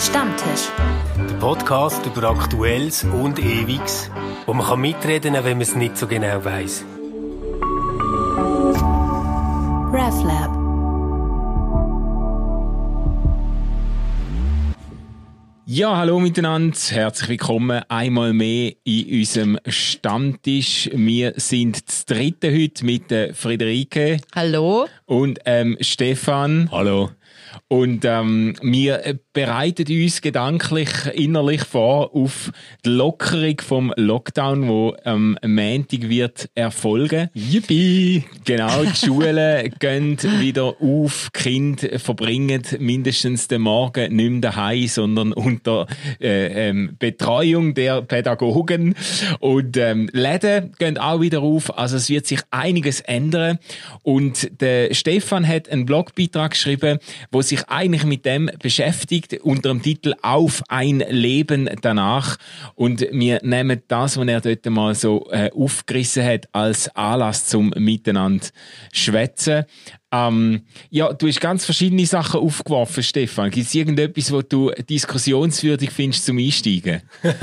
Stammtisch. Der Podcast über Aktuelles und Ewiges, wo man mitreden kann, wenn man es nicht so genau weiss. RefLab. Ja, hallo miteinander, herzlich willkommen einmal mehr in unserem Stammtisch. Wir sind das dritte heute mit Friederike. Hallo. Und Stefan. Hallo. Und wir bereiten uns gedanklich, innerlich vor auf die Lockerung vom Lockdown, wo am Montag wird erfolgen. Yippie! Genau, die Schulen gehen wieder auf, die Kinder verbringen mindestens den Morgen nicht mehr daheim, sondern unter Betreuung der Pädagogen. Und Läden gehen auch wieder auf, also es wird sich einiges ändern. Und der Stefan hat einen Blogbeitrag geschrieben, wo sich eigentlich mit dem beschäftigt, unter dem Titel «Auf ein Leben danach». Und wir nehmen das, was er dort mal so aufgerissen hat, als Anlass zum Miteinander schwätzen. Ja, du hast ganz verschiedene Sachen aufgeworfen, Stefan. Gibt es irgendetwas, was du diskussionswürdig findest zum Einsteigen?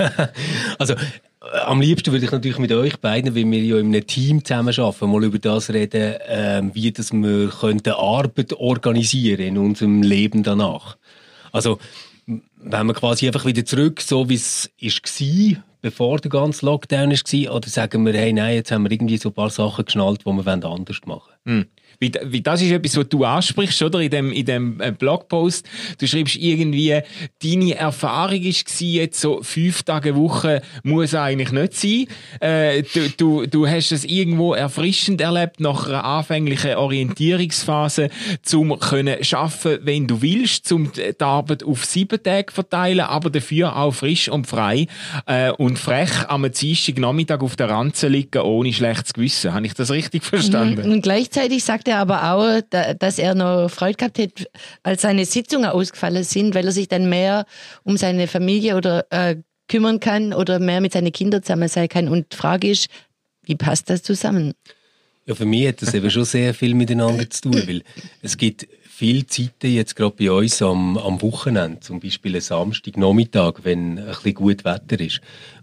Also, am liebsten würde ich natürlich mit euch beiden, weil wir ja in einem Team zusammenarbeiten, mal über das reden, wie dass wir Arbeit organisieren in unserem Leben danach. Also, wenn wir quasi einfach wieder zurück, so wie es war, bevor der ganze Lockdown war, oder sagen wir, hey, nein, jetzt haben wir irgendwie so ein paar Sachen geschnallt, die wir anders machen wollen. Wie das ist etwas, was du ansprichst, oder? In dem Blogpost. Du schreibst irgendwie, deine Erfahrung war jetzt so 5 Tage Woche muss eigentlich nicht sein. Du hast es irgendwo erfrischend erlebt, nach einer anfänglichen Orientierungsphase, zum können arbeiten, wenn du willst, zum die Arbeit auf 7 Tage verteilen, aber dafür auch frisch und frei, und frech am Dienstagnachmittag auf der Ranze liegen, ohne schlechtes Gewissen. Habe ich das richtig verstanden? Und gleichzeitig sagt er aber auch, dass er noch Freude gehabt hat, als seine Sitzungen ausgefallen sind, weil er sich dann mehr um seine Familie oder kümmern kann oder mehr mit seinen Kindern zusammen sein kann. Und die Frage ist, wie passt das zusammen? Ja, für mich hat das eben schon sehr viel miteinander zu tun, weil es gibt viele Zeiten, jetzt gerade bei uns am Wochenende, zum Beispiel am Samstagnachmittag, wenn ein bisschen gut Wetter ist,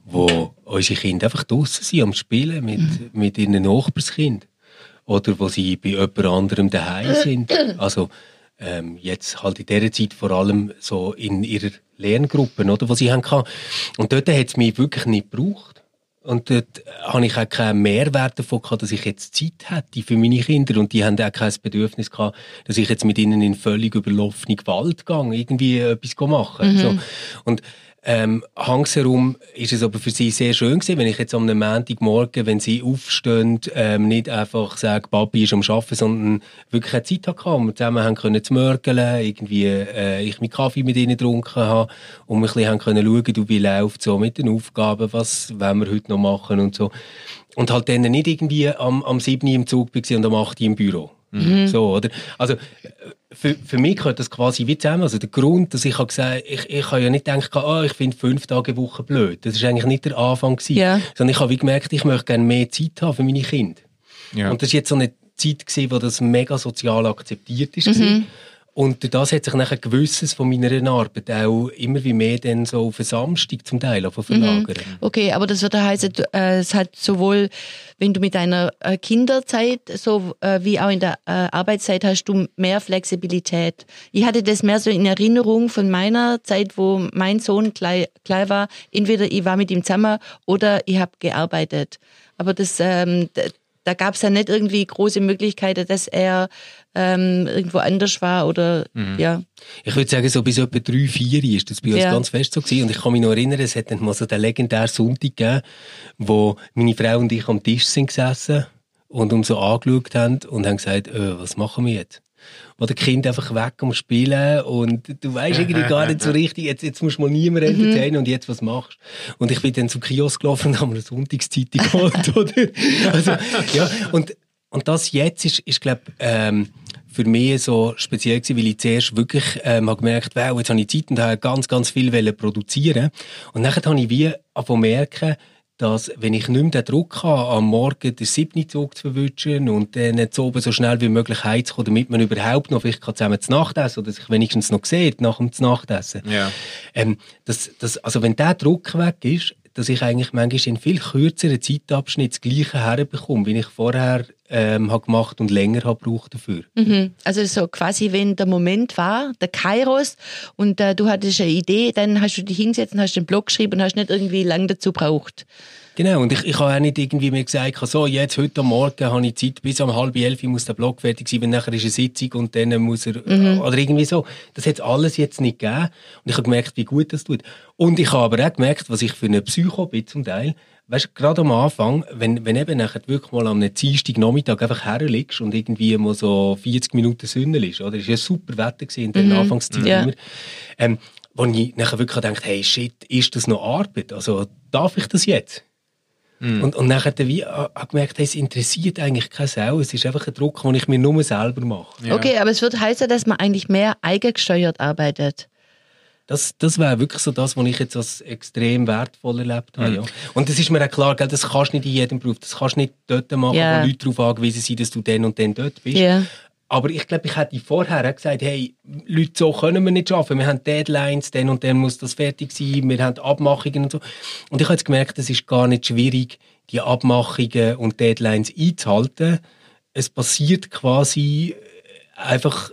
wo unsere Kinder einfach draussen sind, am Spielen mit ihren Nachbarskindern. Oder wo sie bei jemand anderem daheim sind. Also jetzt halt in dieser Zeit vor allem so in ihrer Lerngruppe, oder, die sie hatten. Und dort hat es mich wirklich nicht gebraucht. Und dort habe ich auch keinen Mehrwert davon gehabt, dass ich jetzt Zeit hätte für meine Kinder. Und die haben auch kein Bedürfnis gehabt, dass ich jetzt mit ihnen in völlig überlaufene Gewalt gehe, irgendwie etwas machen. So. Und hangsherum ist es aber für sie sehr schön gewesen, wenn ich jetzt am Montagmorgen, wenn sie aufstehen, nicht einfach sage, Papi ist am Arbeiten, sondern wirklich eine Zeit hatte, und wir zusammen haben können zu mörgeln, irgendwie ich meinen Kaffee mit ihnen getrunken habe und wir ein bisschen haben können schauen, du, wie läuft so mit den Aufgaben, was wollen wir heute noch machen und so. Und halt dann nicht irgendwie am 7. im Zug war und am 8. im Büro. So, oder? Also, für mich gehört das quasi wie zusammen. Also der Grund, dass ich habe gesagt, ich habe ja nicht gedacht, ich finde 5 Tage Woche blöd. Das war eigentlich nicht der Anfang gewesen. Ja. Sondern ich habe wie gemerkt, ich möchte gerne mehr Zeit haben für meine Kinder. Ja. Und das war jetzt so eine Zeit gewesen, wo das mega sozial akzeptiert ist. Und durch das hat sich nachher Gewisses von meiner Arbeit auch immer wie mehr dann so auf den Samstag zum Teil verlagern. Okay, aber das würde heißen, es hat sowohl, wenn du mit deiner Kinderzeit so wie auch in der Arbeitszeit hast du mehr Flexibilität. Ich hatte das mehr so in Erinnerung von meiner Zeit, wo mein Sohn klein war. Entweder ich war mit ihm zusammen oder ich habe gearbeitet. Aber das da gab es ja nicht irgendwie große Möglichkeiten, dass er irgendwo anders war oder, ja. Ich würde sagen, so bis etwa 3, 4 ist das bei uns ganz fest so gewesen. Und ich kann mich noch erinnern, es hat dann mal so den legendären Sonntag gegeben, wo meine Frau und ich am Tisch sind gesessen und uns so angeschaut haben und haben gesagt, was machen wir jetzt? Wo der Kind einfach weg am Spielen und du weisst irgendwie gar nicht so richtig, jetzt musst du mal niemand entertainen und jetzt was machst. Und ich bin dann zum Kiosk gelaufen und habe mir eine Sonntagszeitung geholt, oder? Also, ja, und das jetzt ist glaube für mich so speziell gewesen, weil ich zuerst wirklich habe gemerkt, wow, jetzt habe ich Zeit und habe ganz, ganz viel produzieren. Und dann habe ich wie merken, dass, wenn ich nicht mehr den Druck habe, am Morgen den 7. Zug zu verwischen und dann zu oben so schnell wie möglich heimzukommen, damit man überhaupt noch vielleicht zusammen zu Nacht essen oder sich wenigstens noch sieht nach dem Nachtessen. Ja. Also wenn der Druck weg ist, dass ich eigentlich manchmal in viel kürzeren Zeitabschnitten das Gleiche herbekomme, wie ich vorher habe gemacht und länger habe gebraucht dafür. Also so quasi, wenn der Moment war, der Kairos, und du hattest eine Idee, dann hast du dich hingesetzt und hast den Blog geschrieben und hast nicht irgendwie lange dazu gebraucht. Genau, und ich habe auch nicht irgendwie mir gesagt, so, jetzt, heute am Morgen habe ich Zeit, bis um 10:30 muss der Blog fertig sein, wenn nachher ist eine Sitzung und dann muss er, oder irgendwie so. Das hat es alles jetzt nicht gegeben. Und ich habe gemerkt, wie gut das tut. Und ich habe aber auch gemerkt, was ich für eine Psycho bin zum Teil. Weißt du, gerade am Anfang, wenn eben nachher wirklich mal am Dienstagnachmittag einfach herliegst und irgendwie mal so 40 Minuten Sonne ist, oder? Es war ja super Wetter in der Anfangszeit immer. Wo ich nachher wirklich gedacht, hey, shit, ist das noch Arbeit? Also, darf ich das jetzt? Und nachher habe ich gemerkt, hey, es interessiert eigentlich keine Sau. Es ist einfach ein Druck, den ich mir nur selber mache. Ja. Okay, aber es würde heißen, dass man eigentlich mehr eigengesteuert arbeitet. Das wäre wirklich so das, was ich jetzt als extrem wertvoll erlebt habe. Ja. Und das ist mir auch klar, gell, das kannst du nicht in jedem Beruf. Das kannst du nicht dort machen, wo Leute darauf angewiesen sind, dass du dann und dann dort bist. Yeah. Aber ich glaube, ich hätte vorher auch gesagt, hey, Leute, so können wir nicht arbeiten. Wir haben Deadlines, dann und dann muss das fertig sein, wir haben Abmachungen und so. Und ich habe jetzt gemerkt, es ist gar nicht schwierig, die Abmachungen und Deadlines einzuhalten. Es passiert quasi einfach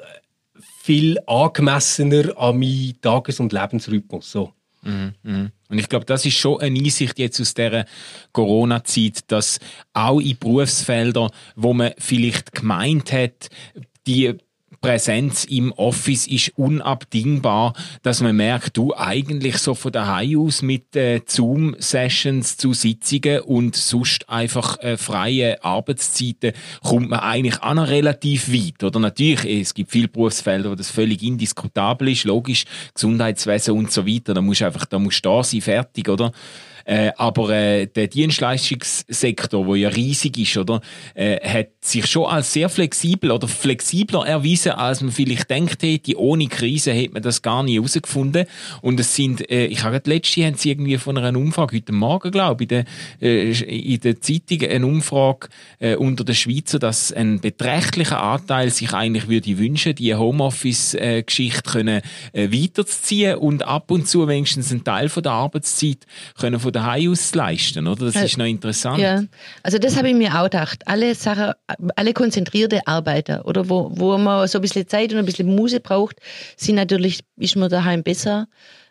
viel angemessener an meinen Tages- und Lebensrhythmus. So. Und ich glaube, das ist schon eine Einsicht jetzt aus dieser Corona-Zeit, dass auch in Berufsfeldern, wo man vielleicht gemeint hat, die Präsenz im Office ist unabdingbar, dass man merkt, du eigentlich so von daheim aus mit Zoom-Sessions zu Sitzungen und sonst einfach freie Arbeitszeiten kommt man eigentlich auch noch relativ weit. Oder natürlich, es gibt viele Berufsfelder, wo das völlig indiskutabel ist, logisch, Gesundheitswesen und so weiter, da musst du da sein, fertig, oder? Aber der Dienstleistungssektor, der ja riesig ist, oder, hat sich schon als sehr flexibel oder flexibler erwiesen, als man vielleicht denkt hätte. Ohne Krise hätte man das gar nicht herausgefunden. Und es sind, ich habe letztens haben sie irgendwie von einer Umfrage, heute Morgen, glaube ich, in der Zeitung eine Umfrage unter den Schweizer, dass ein beträchtlicher Anteil sich eigentlich würde wünschen, die Homeoffice-Geschichte können weiterzuziehen und ab und zu wenigstens einen Teil von der Arbeitszeit können von daheim aus leisten, oder? Das ist noch interessant. Ja, also das habe ich mir auch gedacht. Alle Sachen, alle konzentrierte Arbeiter, oder wo man so ein bisschen Zeit und ein bisschen Muse braucht, ist man daheim besser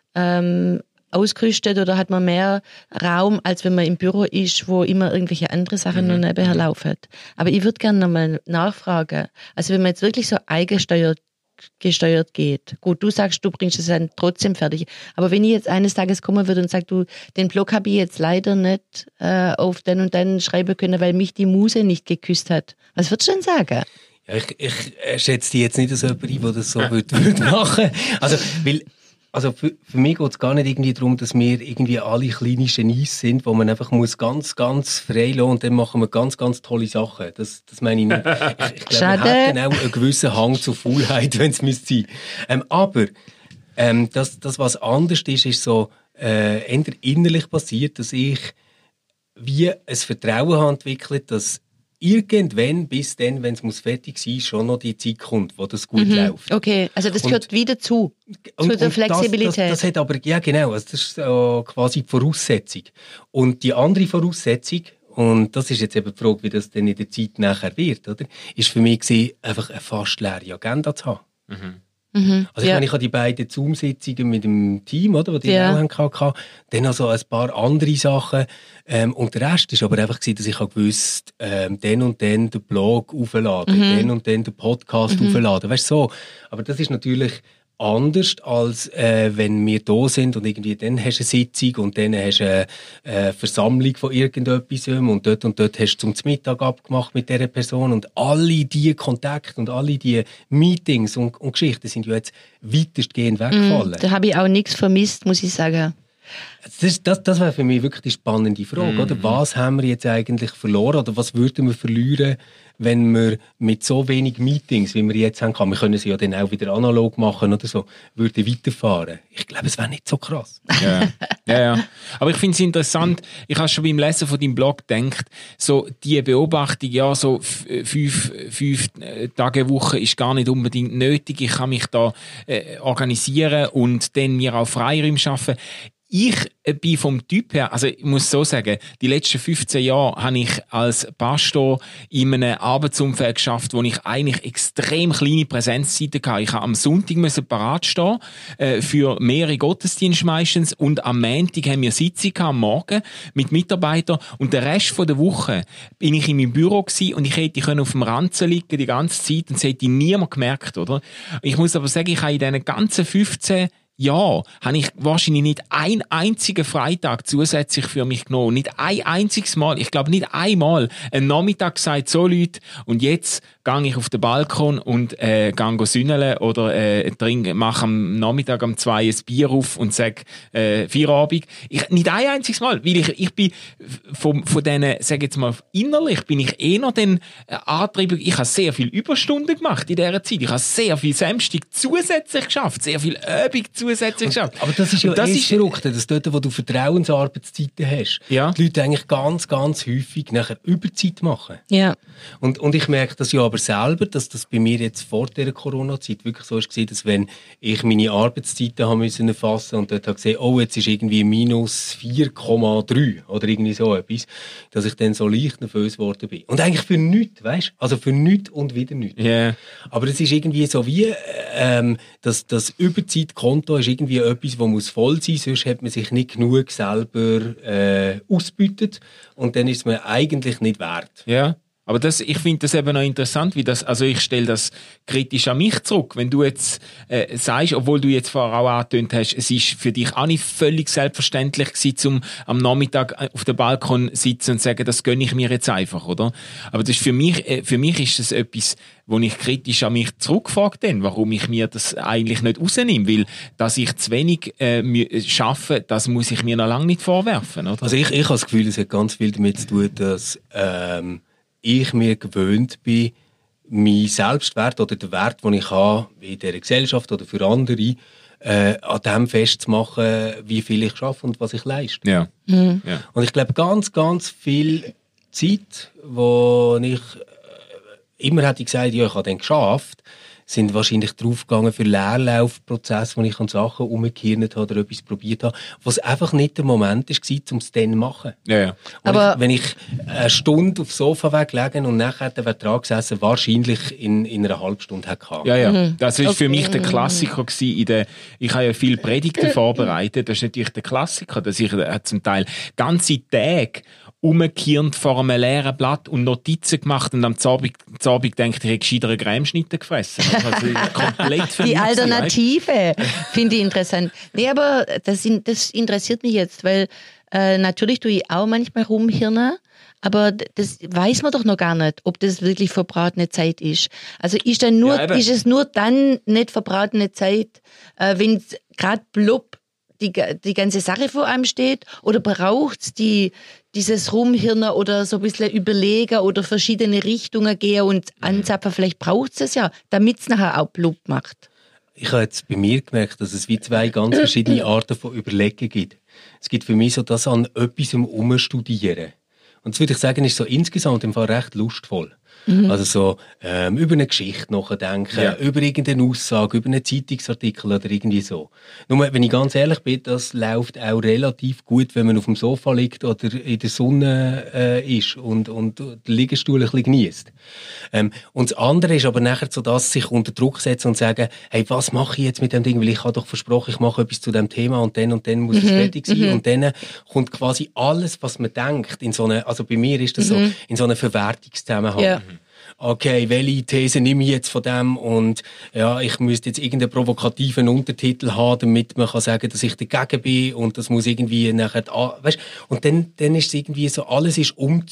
ausgerüstet oder hat man mehr Raum, als wenn man im Büro ist, wo immer irgendwelche andere Sachen noch nebenher laufen. Aber ich würde gerne nochmal nachfragen. Also wenn man jetzt wirklich so eigengesteuert geht. Gut, du sagst, du bringst es dann trotzdem fertig. Aber wenn ich jetzt eines Tages kommen würde und sage, du, den Blog habe ich jetzt leider nicht auf den und den schreiben können, weil mich die Muse nicht geküsst hat. Was würdest du denn sagen? Ja, ich schätze dich jetzt nicht als jemand ein, der das so würde machen. Also für mich geht es gar nicht irgendwie darum, dass wir irgendwie alle kleine Genies sind, wo man einfach muss ganz, ganz frei lassen und dann machen wir ganz, ganz tolle Sachen. Das meine ich nicht. Ich glaube, wir hätten auch einen gewissen Hang zur Faulheit, wenn es müsste sein. Aber das, was anders ist so eher innerlich passiert, dass ich wie ein Vertrauen habe entwickelt, dass irgendwann, bis dann, wenn es fertig sein muss, schon noch die Zeit kommt, wo das gut läuft. Okay, also das gehört wieder zu der Flexibilität. Das hat aber, ja genau, also das ist quasi die Voraussetzung. Und die andere Voraussetzung, und das ist jetzt eben die Frage, wie das dann in der Zeit nachher wird, oder, ist für mich gewesen, einfach eine fast leere Agenda zu haben. Also ich meine, ich habe die beiden Zoom-Sitzungen mit dem Team, oder, die auch hatten, dann also ein paar andere Sachen, und der Rest war aber einfach gewesen, dass ich gewusst, dann und dann den Blog aufladen, dann und dann den Podcast aufladen, weißt du, so. Aber das ist natürlich anders, als wenn wir da sind und irgendwie dann hast du eine Sitzung und dann hast du eine Versammlung von irgendetwas und dort hast du zum Mittag abgemacht mit dieser Person und alle diese Kontakte und alle diese Meetings und Geschichten sind ja jetzt weitestgehend weggefallen. Da habe ich auch nichts vermisst, muss ich sagen. Das wäre für mich wirklich die spannende Frage, oder? Was haben wir jetzt eigentlich verloren oder was würden wir verlieren, wenn wir mit so wenig Meetings, wie wir jetzt haben, wir können sie ja dann auch wieder analog machen oder so, würden weiterfahren. Ich glaube, es wäre nicht so krass. Ja. Aber ich finde es interessant, ich habe schon beim Lesen von deinem Blog gedacht, so die Beobachtung, ja, so 5 Tage Woche ist gar nicht unbedingt nötig, ich kann mich da organisieren und dann mir auch Freiräume schaffen. Ich bin vom Typ her, also ich muss so sagen, die letzten 15 Jahre habe ich als Pastor in einem Arbeitsumfeld geschafft, wo ich eigentlich extrem kleine Präsenzzeiten hatte. Ich musste am Sonntag parat stehen, für mehrere Gottesdienste meistens, und am Montag haben wir Sitzung am Morgen mit Mitarbeitern, und den Rest von der Woche bin ich in meinem Büro gewesen, und ich hätte auf dem Ranzen liegen die ganze Zeit, und das hätte niemand gemerkt, oder? Ich muss aber sagen, ich habe in diesen ganzen 15 habe ich wahrscheinlich nicht einen einzigen Freitag zusätzlich für mich genommen. Nicht ein einziges Mal. Ich glaube nicht einmal einen Nachmittag gesagt, so Leute, und jetzt gehe ich auf den Balkon und gehe sünneln oder mache am Nachmittag um 2 ein Bier auf und sage Feierabend. Nicht ein einziges Mal, weil ich bin von denen, sage jetzt mal, innerlich bin ich eher den Antrieb. Ich habe sehr viel Überstunden gemacht in dieser Zeit. Ich habe sehr viel Samstag zusätzlich geschafft, sehr viel Übung zusätzlich geschafft. Aber das ist ja verrückt, dass dort, wo du Vertrauensarbeitszeiten hast, die Leute eigentlich ganz, ganz häufig nachher Überzeit machen. Ja. Und ich merke das ja aber selber, dass das bei mir jetzt vor der Corona-Zeit wirklich so ist, dass wenn ich meine Arbeitszeiten haben müssen erfassen und dort habe gesehen, oh, jetzt ist irgendwie minus 4,3 oder irgendwie so etwas, dass ich dann so leicht nervös geworden bin. Und eigentlich für nichts, weißt du? Also für nichts und wieder nichts. Yeah. Aber es ist irgendwie so wie, das Überzeitkonto ist irgendwie etwas, das muss voll sein, sonst hat man sich nicht genug selber ausbeutet und dann ist es mir eigentlich nicht wert. Ja. Aber ich finde das eben noch interessant, also ich stelle das kritisch an mich zurück. Wenn du jetzt sagst, obwohl du jetzt vorher auch angetönt hast, es ist für dich auch nicht völlig selbstverständlich gewesen, am Nachmittag auf dem Balkon sitzen und sagen, das gönne ich mir jetzt einfach, oder? Aber das ist für mich ist das etwas, wo ich kritisch an mich zurückfrage, warum ich mir das eigentlich nicht rausnehme. Weil, dass ich zu wenig schaffe, das muss ich mir noch lange nicht vorwerfen, oder? Also ich habe das Gefühl, es hat ganz viel damit zu tun, dass ich mir gewöhnt bin, meinen Selbstwert oder den Wert, den ich habe in dieser Gesellschaft oder für andere, an dem festzumachen, wie viel ich schaffe und was ich leiste. Ja. Mhm. Ja. Und ich glaube, ganz, ganz viel Zeit, wo ich immer hätte gesagt, ja, ich habe dann geschafft, sind wahrscheinlich draufgegangen für Leerlaufprozesse, wo ich an Sachen umgekehrt habe oder etwas probiert habe, was einfach nicht der Moment war, um es dann zu machen. Ja. Aber wenn ich eine Stunde aufs Sofa weglegen und nachher den Vertrag gesessen, wahrscheinlich in einer halben Stunde hatte. Ja. Das war für mich der Klassiker gewesen. Ich habe ja viele Predigten vorbereitet. Das ist natürlich der Klassiker, dass ich zum Teil ganze Tage umgekehrt vor einem leeren Blatt und Notizen gemacht und am Abend denke ich hätte gescheiter Cremeschnitte gefressen. Also komplett für die Alternative finde ich interessant. Nee, aber das interessiert mich jetzt, weil natürlich tue ich auch manchmal rumhirnen, aber das weiß man doch noch gar nicht, ob das wirklich verbratene Zeit ist. Also ist es nur dann nicht verbratene Zeit, wenn es gerade blub die ganze Sache vor einem steht, oder braucht es dieses Rumhirnen oder so ein bisschen überlegen oder verschiedene Richtungen gehen und anzapfen? Vielleicht braucht es ja, damit es nachher auch blub macht. Ich habe jetzt bei mir gemerkt, dass es wie 2 ganz verschiedene Arten von Überlegen gibt. Es gibt für mich so das an etwas Umstudieren. Und das würde ich sagen, ist so insgesamt im Fall recht lustvoll. Also so über eine Geschichte nachdenken, über irgendeine Aussage, über einen Zeitungsartikel oder irgendwie so. Nur, wenn ich ganz ehrlich bin, das läuft auch relativ gut, wenn man auf dem Sofa liegt oder in der Sonne ist und den Liegestuhl ein bisschen geniesst. Und das andere ist aber nachher so, dass sich unter Druck setzen und sagen, hey, was mache ich jetzt mit dem Ding? Weil ich habe doch versprochen, ich mache etwas zu dem Thema und dann muss es fertig sein. Und dann kommt quasi alles, was man denkt, in so eine, also bei mir ist das so, in so einen Verwertungszusammenhang. Ja. Okay, welche These nehme ich jetzt von dem? Und ja, ich müsste jetzt irgendeinen provokativen Untertitel haben, damit man kann sagen, dass ich dagegen bin und das muss irgendwie nachher, weißt? Und dann ist es irgendwie so, alles ist umzu.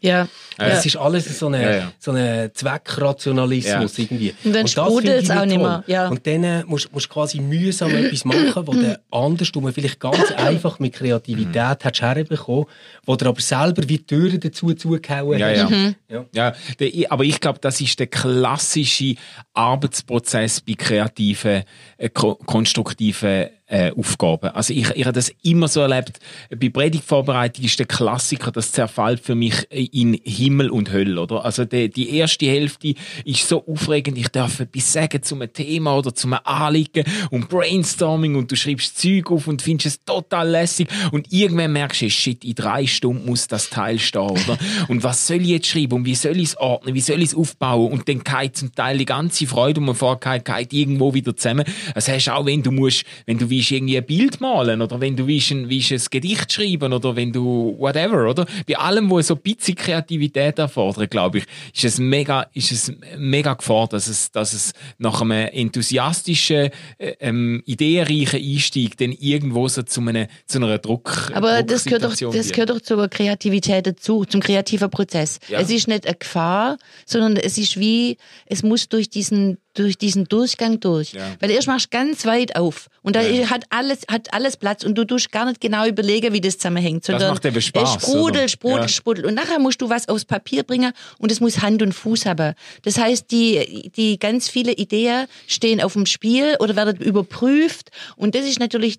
Ja. Es ist alles so ein Zweckrationalismus irgendwie. Und dann sprudelt es auch nicht mehr. Ja. Und dann musst du quasi mühsam etwas machen, wo du andersrum vielleicht ganz einfach mit Kreativität hättest herbekommen, wo du aber selber wie die Türen dazu zugehauen hast. Aber ich glaube, das ist der klassische Arbeitsprozess bei kreativen, konstruktiven Aufgaben. Also ich habe das immer so erlebt. Bei Predigtvorbereitung ist der Klassiker, das zerfällt für mich in Himmel und Hölle, oder? Also die erste Hälfte ist so aufregend, ich darf etwas sagen zu einem Thema oder zu einem Anliegen und Brainstorming und du schreibst Zeug auf und findest es total lässig und irgendwann merkst du, shit, in 3 Stunden muss das Teil stehen, oder? Und was soll ich jetzt schreiben und wie soll ich es ordnen, wie soll ich es aufbauen und dann geht zum Teil die ganze Freude, die man vorher geht irgendwo wieder zusammen. Das heißt auch, wenn du willst irgendwie ein Bild malen oder wenn du willst ein Gedicht schreiben oder wenn du whatever, oder? Bei allem, wo so ein bisschen Kreativität erfordert, glaube ich, ist es mega gefordert, dass es nach einem enthusiastischen, ideenreichen Einstieg dann irgendwo so zu einer Druck. Aber das gehört doch zur Kreativität dazu, zum kreativen Prozess. Ja. Es ist nicht eine Gefahr, sondern es ist es muss durch diesen Durchgang durch. Ja. Weil erst machst du ganz weit auf und da hat alles Platz und du tust gar nicht genau überlegen, wie das zusammenhängt, sondern das macht eben Spaß, es sprudelt und nachher musst du was aufs Papier bringen und es muss Hand und Fuß haben. Das heißt, die ganz viele Ideen stehen auf dem Spiel oder werden überprüft und das ist natürlich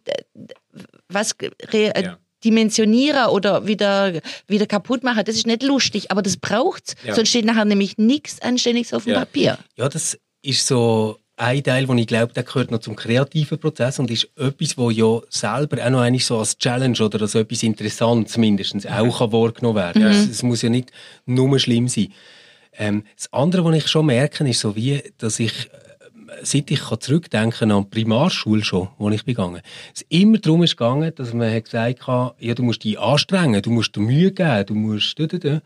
dimensionieren oder wieder kaputt machen, das ist nicht lustig, aber das braucht's, sonst steht nachher nämlich nichts Anständiges auf dem Papier. Ja, das ist so ein Teil, wo ich glaube, der gehört noch zum kreativen Prozess und ist etwas, wo ja selber auch noch eigentlich so als Challenge oder als etwas Interessantes mindestens auch wahrgenommen werden kann. Es muss ja nicht nur schlimm sein. Das andere, was ich schon merke, ist so wie, dass ich seit ich zurückdenken an die Primarschule schon, wo ich begangen, es immer darum ist gegangen, dass man hat gesagt hat, ja, du musst dich anstrengen, du musst dir Mühe geben, du musst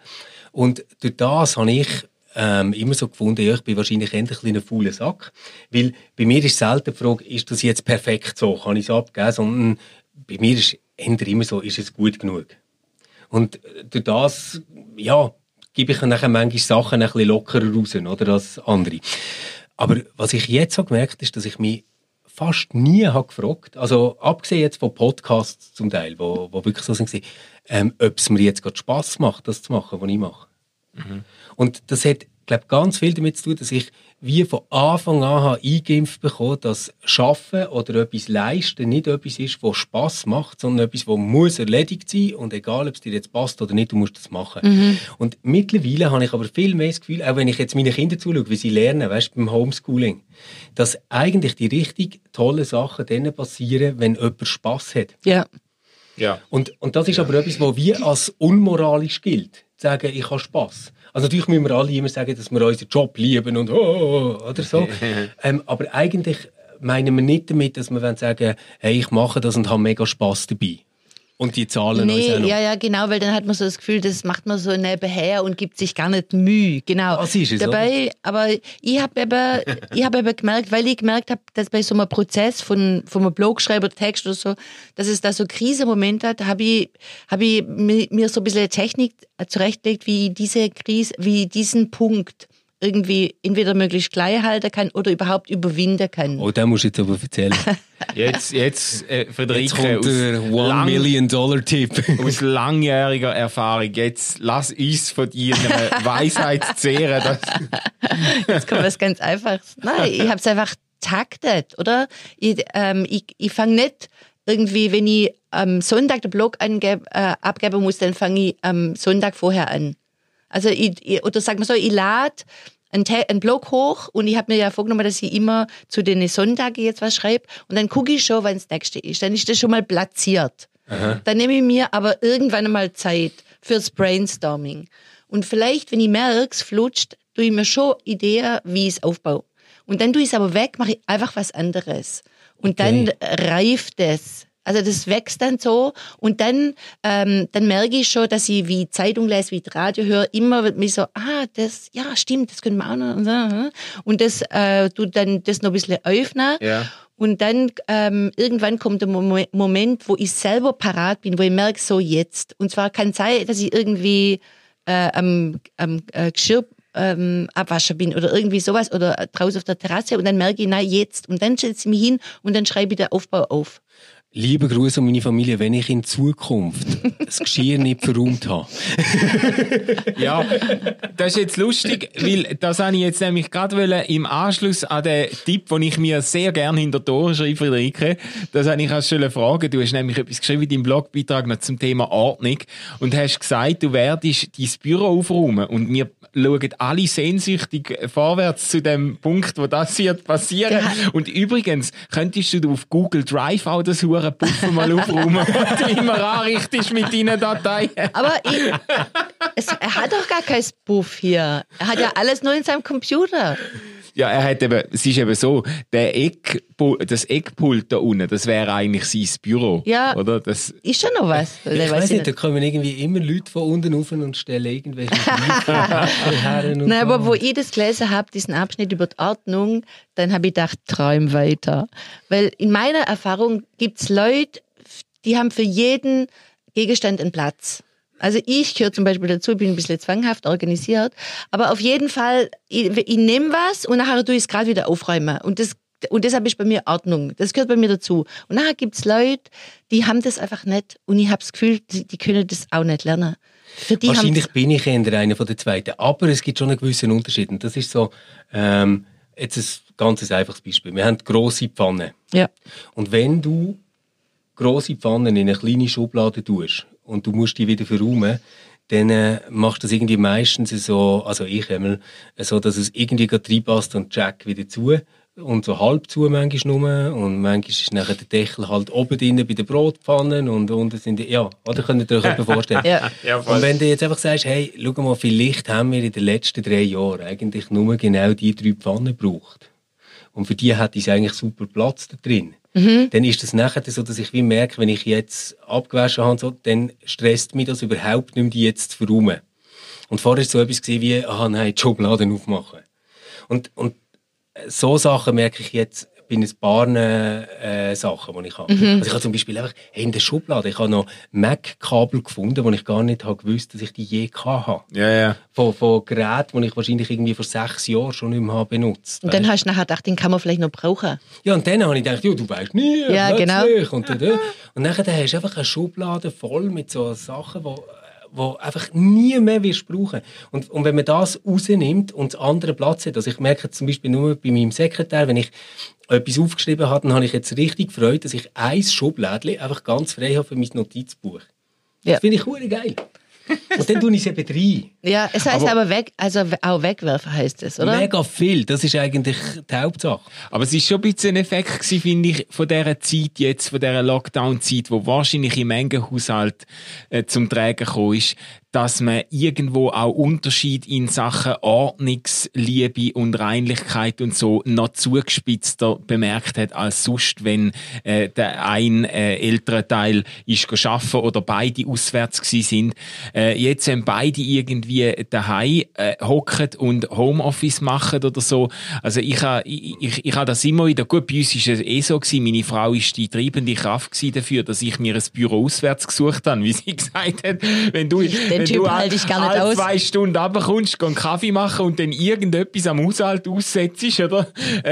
und durch das habe ich immer so gefunden, ja, ich bin wahrscheinlich endlich ein fauler Sack, weil bei mir ist selten die Frage, ist das jetzt perfekt so, kann ich es abgeben, sondern bei mir ist immer so, ist es gut genug. Und durch das, gebe ich dann manchmal Sachen ein bisschen lockerer raus, oder, als andere. Aber was ich jetzt habe gemerkt, ist, dass ich mich fast nie habe gefragt, also abgesehen jetzt von Podcasts zum Teil, wo wirklich so sind, ob es mir jetzt gerade Spass macht, das zu machen, was ich mache. Mhm. Und das hat, glaube ich, ganz viel damit zu tun, dass ich wie von Anfang an habe eingeimpft bekommen, dass Schaffen oder etwas leisten nicht etwas ist, was Spass macht, sondern etwas, das muss erledigt sein und egal, ob es dir jetzt passt oder nicht, du musst das machen. Mhm. Und mittlerweile habe ich aber viel mehr das Gefühl, auch wenn ich jetzt meine Kinder zuschaue, wie sie lernen, weißt, beim Homeschooling, dass eigentlich die richtig tollen Sachen dann passieren, wenn jemand Spass hat. Ja. Ja. Und das ist aber etwas, was wie als unmoralisch gilt. Zu sagen, ich habe Spass. Also natürlich müssen wir alle immer sagen, dass wir unseren Job lieben und oder so. Aber eigentlich meinen wir nicht damit, dass wir sagen, hey, ich mache das und habe mega Spass dabei. Und die Zahlen uns auch noch. Ja, genau, weil dann hat man so das Gefühl, das macht man so nebenher und gibt sich gar nicht Mühe. Genau. Das ist es, dabei, oder? Aber ich habe eben gemerkt, weil ich gemerkt habe, dass bei so einem Prozess von einem Blogschreiber, Text oder so, dass es da so Krisenmomente hat, habe ich mir so ein bisschen eine Technik zurechtgelegt, wie diesen Punkt irgendwie entweder möglichst klein halten kann oder überhaupt überwinden kann. Oh, da musst du jetzt aber erzählen. Jetzt Friederike, jetzt kommt der $1 Million Tipp. Aus langjähriger Erfahrung, jetzt lass uns von dir eine Weisheit zehren. Jetzt kommt was ganz Einfaches. Nein, ich habe es einfach taktet, oder? Ich fange nicht irgendwie, wenn ich am Sonntag den Blog abgeben muss, dann fange ich am Sonntag vorher an. Also oder sag mal so, ich lade einen Blog hoch und ich habe mir ja vorgenommen, dass ich immer zu den Sonntagen jetzt was schreibe und dann gucke ich schon, wann das nächste ist. Dann ist das schon mal platziert. Aha. Dann nehme ich mir aber irgendwann einmal Zeit fürs Brainstorming. Und vielleicht, wenn ich merke, es flutscht, tue ich mir schon Ideen, wie ich es aufbaue. Und dann tue ich es aber weg, mache ich einfach was anderes. Und dann reift es. Also das wächst dann so und dann merke ich schon, dass ich wie Zeitung lese, wie Radio höre, immer mich so, das stimmt, das können wir auch noch. Und das tut dann das noch ein bisschen öffnen. Ja. Und dann irgendwann kommt der Moment, wo ich selber parat bin, wo ich merke, so jetzt. Und zwar kann es sein, dass ich irgendwie Geschirr abwaschen bin oder irgendwie sowas oder draußen auf der Terrasse und dann merke ich, nein, jetzt. Und dann setze ich mich hin und dann schreibe ich den Aufbau auf. Liebe Grüße an meine Familie, wenn ich in Zukunft das Geschirr nicht verräumt habe. Ja, das ist jetzt lustig, weil das habe ich jetzt nämlich gerade im Anschluss an den Tipp, den ich mir sehr gerne hinter die Ohren schreibe, Friederike, das habe ich schon fragen. Du hast nämlich etwas geschrieben in deinem Blogbeitrag noch zum Thema Ordnung und hast gesagt, du werdest dein Büro aufräumen und wir schauen alle sehnsüchtig vorwärts zu dem Punkt, wo das wird passieren. Ja. Und übrigens, könntest du auf Google Drive auch das Hurenpuffen mal aufräumen, was du immer anrichtest mit deinen Dateien. Aber er hat doch gar kein Puff hier. Er hat ja alles nur in seinem Computer. Ja, es ist eben so, das Eckpult da unten, das wäre eigentlich sein Büro. Ja, oder? Das ist schon noch was. Ich weiss nicht, da kommen irgendwie immer Leute von unten rauf und stellen irgendwelche Briefe. Nein, aber wo ich das gelesen habe, diesen Abschnitt über die Ordnung, dann habe ich gedacht, träum weiter. Weil in meiner Erfahrung gibt es Leute, die haben für jeden Gegenstand einen Platz. Also ich gehöre zum Beispiel dazu, bin ein bisschen zwanghaft organisiert, aber auf jeden Fall, ich nehme was und nachher tue ich es gerade wieder aufräumen. Und deshalb ist bei mir Ordnung. Das gehört bei mir dazu. Und nachher gibt es Leute, die haben das einfach nicht und ich habe das Gefühl, die können das auch nicht lernen. Wahrscheinlich bin ich eher einer von den Zweiten, aber es gibt schon einen gewissen Unterschied. Und das ist so, jetzt ein ganz einfaches Beispiel. Wir haben grosse Pfannen. Ja. Und wenn du grosse Pfannen in eine kleine Schublade tust, und du musst die wieder verräumen, dann machst du das irgendwie meistens so, also ich einmal, so, dass es irgendwie gerade reinpasst und Jack wieder zu und so halb zu manchmal nur und manchmal ist nachher der Deckel halt oben drin bei den Brotpfannen und unten sind die, ja, oder könnt ihr euch etwas vorstellen. Ja. Und wenn du jetzt einfach sagst, hey, schau mal, vielleicht haben wir in den letzten 3 Jahren eigentlich nur genau die 3 Pfannen gebraucht und für die hat es eigentlich super Platz da drin. Dann ist das nachher so, dass ich wie merke, wenn ich jetzt abgewaschen habe, so, dann stresst mich das überhaupt nicht mehr, die jetzt zu verräumen. Und vorher war es so etwas wie, nein, die Schubladen aufmachen. Und so Sachen merke ich jetzt bei ein paar Sachen, die ich habe. Also ich habe zum Beispiel einfach in der Schublade, ich habe noch Mac-Kabel gefunden, die ich gar nicht habe gewusst, dass ich die je hatte. Ja. Von Geräten, die ich wahrscheinlich irgendwie vor 6 Jahren schon nicht mehr habe benutzt. Und dann hast du nachher gedacht, den kann man vielleicht noch brauchen. Ja, und dann habe ich gedacht, du weißt nie, ja, genau. Und nachher hast du einfach eine Schublade voll mit so Sachen, wo einfach nie mehr wirst brauchen. Und wenn man das rausnimmt und das andere Platz hat, also ich merke zum Beispiel nur bei meinem Sekretär, wenn ich etwas aufgeschrieben habe, dann habe ich jetzt richtig gefreut, dass ich ein Schublädchen einfach ganz frei habe für mein Notizbuch. Ja. Das finde ich verdammt geil. Und dann tue ich es eben rein. Ja, es heisst aber weg, also auch wegwerfen heisst es, oder? Mega viel, das ist eigentlich die Hauptsache. Aber es war schon ein bisschen ein Effekt gewesen, finde ich, von dieser Zeit jetzt, von dieser Lockdown-Zeit, wo wahrscheinlich im Mengenhaushalt zum Tragen gekommen ist, dass man irgendwo auch Unterschied in Sachen Ordnungsliebe und Reinlichkeit und so noch zugespitzter bemerkt hat als sonst, wenn der ein ältere Teil ist arbeiten oder beide auswärts gewesen sind. Jetzt wenn beide irgendwie daheim hocken und Homeoffice machen oder so. Also ich habe das immer wieder, gut, bei uns war es so gewesen, meine Frau ist die treibende Kraft dafür, dass ich mir ein Büro auswärts gesucht habe, wie sie gesagt hat, wenn du alle 2 Stunden runterkommst, einen Kaffee machen und dann irgendetwas am Haushalt aussetzt, oder?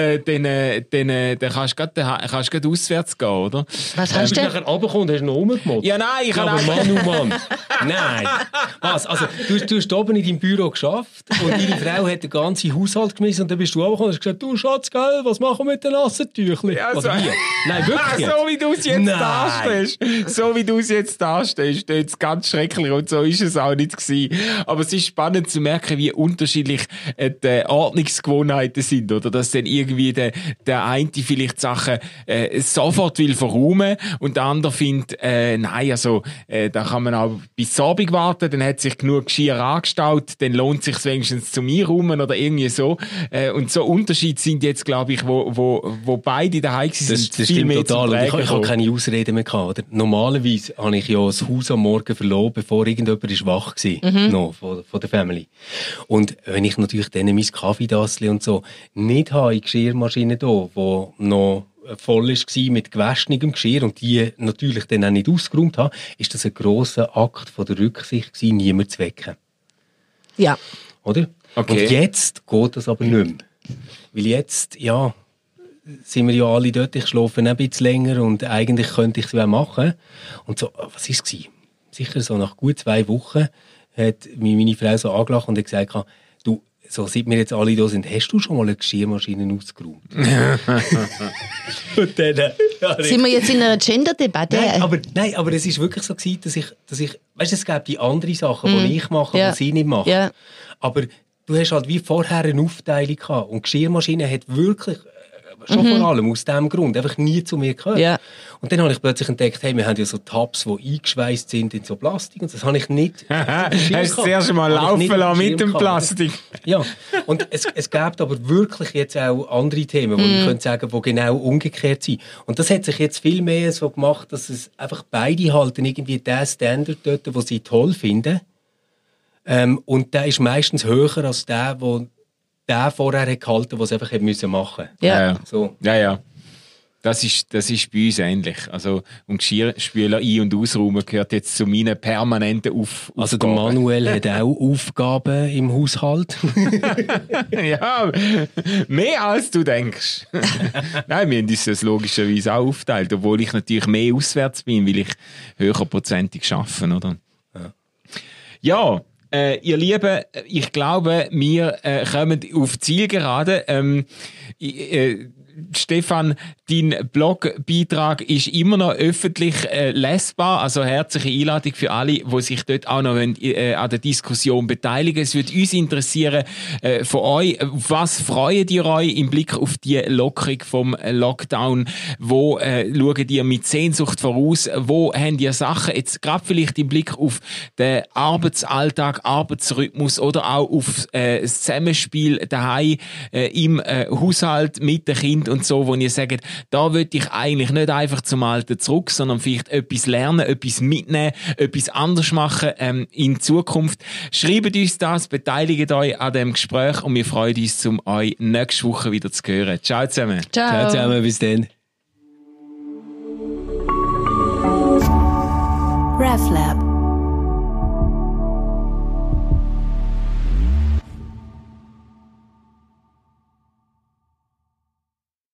Dann kannst du gerade auswärts gehen, oder? Was hast du denn? Wenn du runterkommst, hast du noch rumgemotzt. Ja, nein, ich habe Mann. Nein. Was? Also, du hast oben in deinem Büro geschafft und deine Frau hat den ganzen Haushalt geschmissen und dann bist du runtergekommen und hast gesagt, du Schatz, gell, was machen wir mit den nassen Tüchlein? Ja, also wie? Nein, wirklich? So wie du es jetzt darstellst. So wie du es jetzt darstellst, das ist ganz schrecklich und so ist es auch nicht gewesen. Aber es ist spannend zu merken, wie unterschiedlich die Ordnungsgewohnheiten sind, oder? Dass dann irgendwie der eine vielleicht Sachen sofort will verräumen und der andere findet, nein, also da kann man auch bis Abend warten, dann hat sich genug Geschirr angestaut, dann lohnt es sich wenigstens zu mir räumen oder irgendwie so. Und so Unterschiede sind jetzt, glaube ich, wo beide daheim sind. Das stimmt total. Und ich habe keine Ausreden mehr gehabt. Oder? Normalerweise habe ich ja das Haus am Morgen verloren, bevor irgendjemand ist wach war, noch, von der Family. Und wenn ich natürlich dann mein Kaffeetassel und so nicht habe in Geschirrmaschine da, wo noch voll war mit gewaschenem Geschirr und die natürlich dann auch nicht ausgeräumt habe, ist das ein grosser Akt von der Rücksicht gewesen, niemand zu wecken. Ja. Oder? Okay. Und jetzt geht das aber nicht mehr. Weil jetzt, ja, sind wir ja alle dort, ich schlafe ein bisschen länger und eigentlich könnte ich es machen. Und so, was war es? Sicher so nach gut 2 Wochen hat mich meine Frau so angelacht und hat gesagt, du, so seit wir jetzt alle da sind, hast du schon mal eine Geschirrmaschine ausgeräumt? Und dann, Sind wir jetzt in einer Gender-Debatte? Nein, aber es ist wirklich so gewesen, dass ich weißt du, es gibt die anderen Sachen, die ich mache, die sie nicht machen. Ja. Aber du hast halt wie vorher eine Aufteilung gehabt. Und die Geschirrmaschine hat wirklich, schon vor allem aus diesem Grund, einfach nie zu mir gehört. Ja. Und dann habe ich plötzlich entdeckt, hey, wir haben ja so Tabs, die eingeschweißt sind in so Plastik. Und das habe ich nicht. Hast du zuerst mal laufen lassen mit dem Plastik? Ja. Und es gibt aber wirklich jetzt auch andere Themen, wo ich könnte sagen, die genau umgekehrt sind. Und das hat sich jetzt viel mehr so gemacht, dass es einfach beide halten irgendwie den Standard dort, den sie toll finden. Und der ist meistens höher als der vorher hat gehalten, was einfach machen musste. Ja. So. Ja. Das ist bei uns ähnlich. Also, Geschirrspüler ein- und ausräumen gehört jetzt zu meinen permanenten Aufgaben. Also der Manuel hat auch Aufgaben im Haushalt. Ja, mehr als du denkst. Nein, wir haben uns das logischerweise auch aufteilt, obwohl ich natürlich mehr auswärts bin, weil ich höherprozentig arbeite, oder? Ja. Ihr Lieben, ich glaube, wir kommen auf Zielgerade. Stefan, dein Blogbeitrag ist immer noch öffentlich lesbar. Also herzliche Einladung für alle, die sich dort auch noch an der Diskussion beteiligen. Es würde uns interessieren von euch, was freut ihr euch im Blick auf die Lockerung vom Lockdown? Wo schaut ihr mit Sehnsucht voraus? Wo habt ihr Sachen, jetzt gerade vielleicht im Blick auf den Arbeitsalltag, Arbeitsrhythmus oder auch auf das Zusammenspiel daheim im Haushalt mit den Kindern und so, wo ihr sagt, da würde ich eigentlich nicht einfach zum Alten zurück, sondern vielleicht etwas lernen, etwas mitnehmen, etwas anders machen in Zukunft. Schreibt uns das, beteiligt euch an dem Gespräch und wir freuen uns, euch nächste Woche wieder zu hören. Ciao zusammen. Ciao zusammen, bis dann. RefLab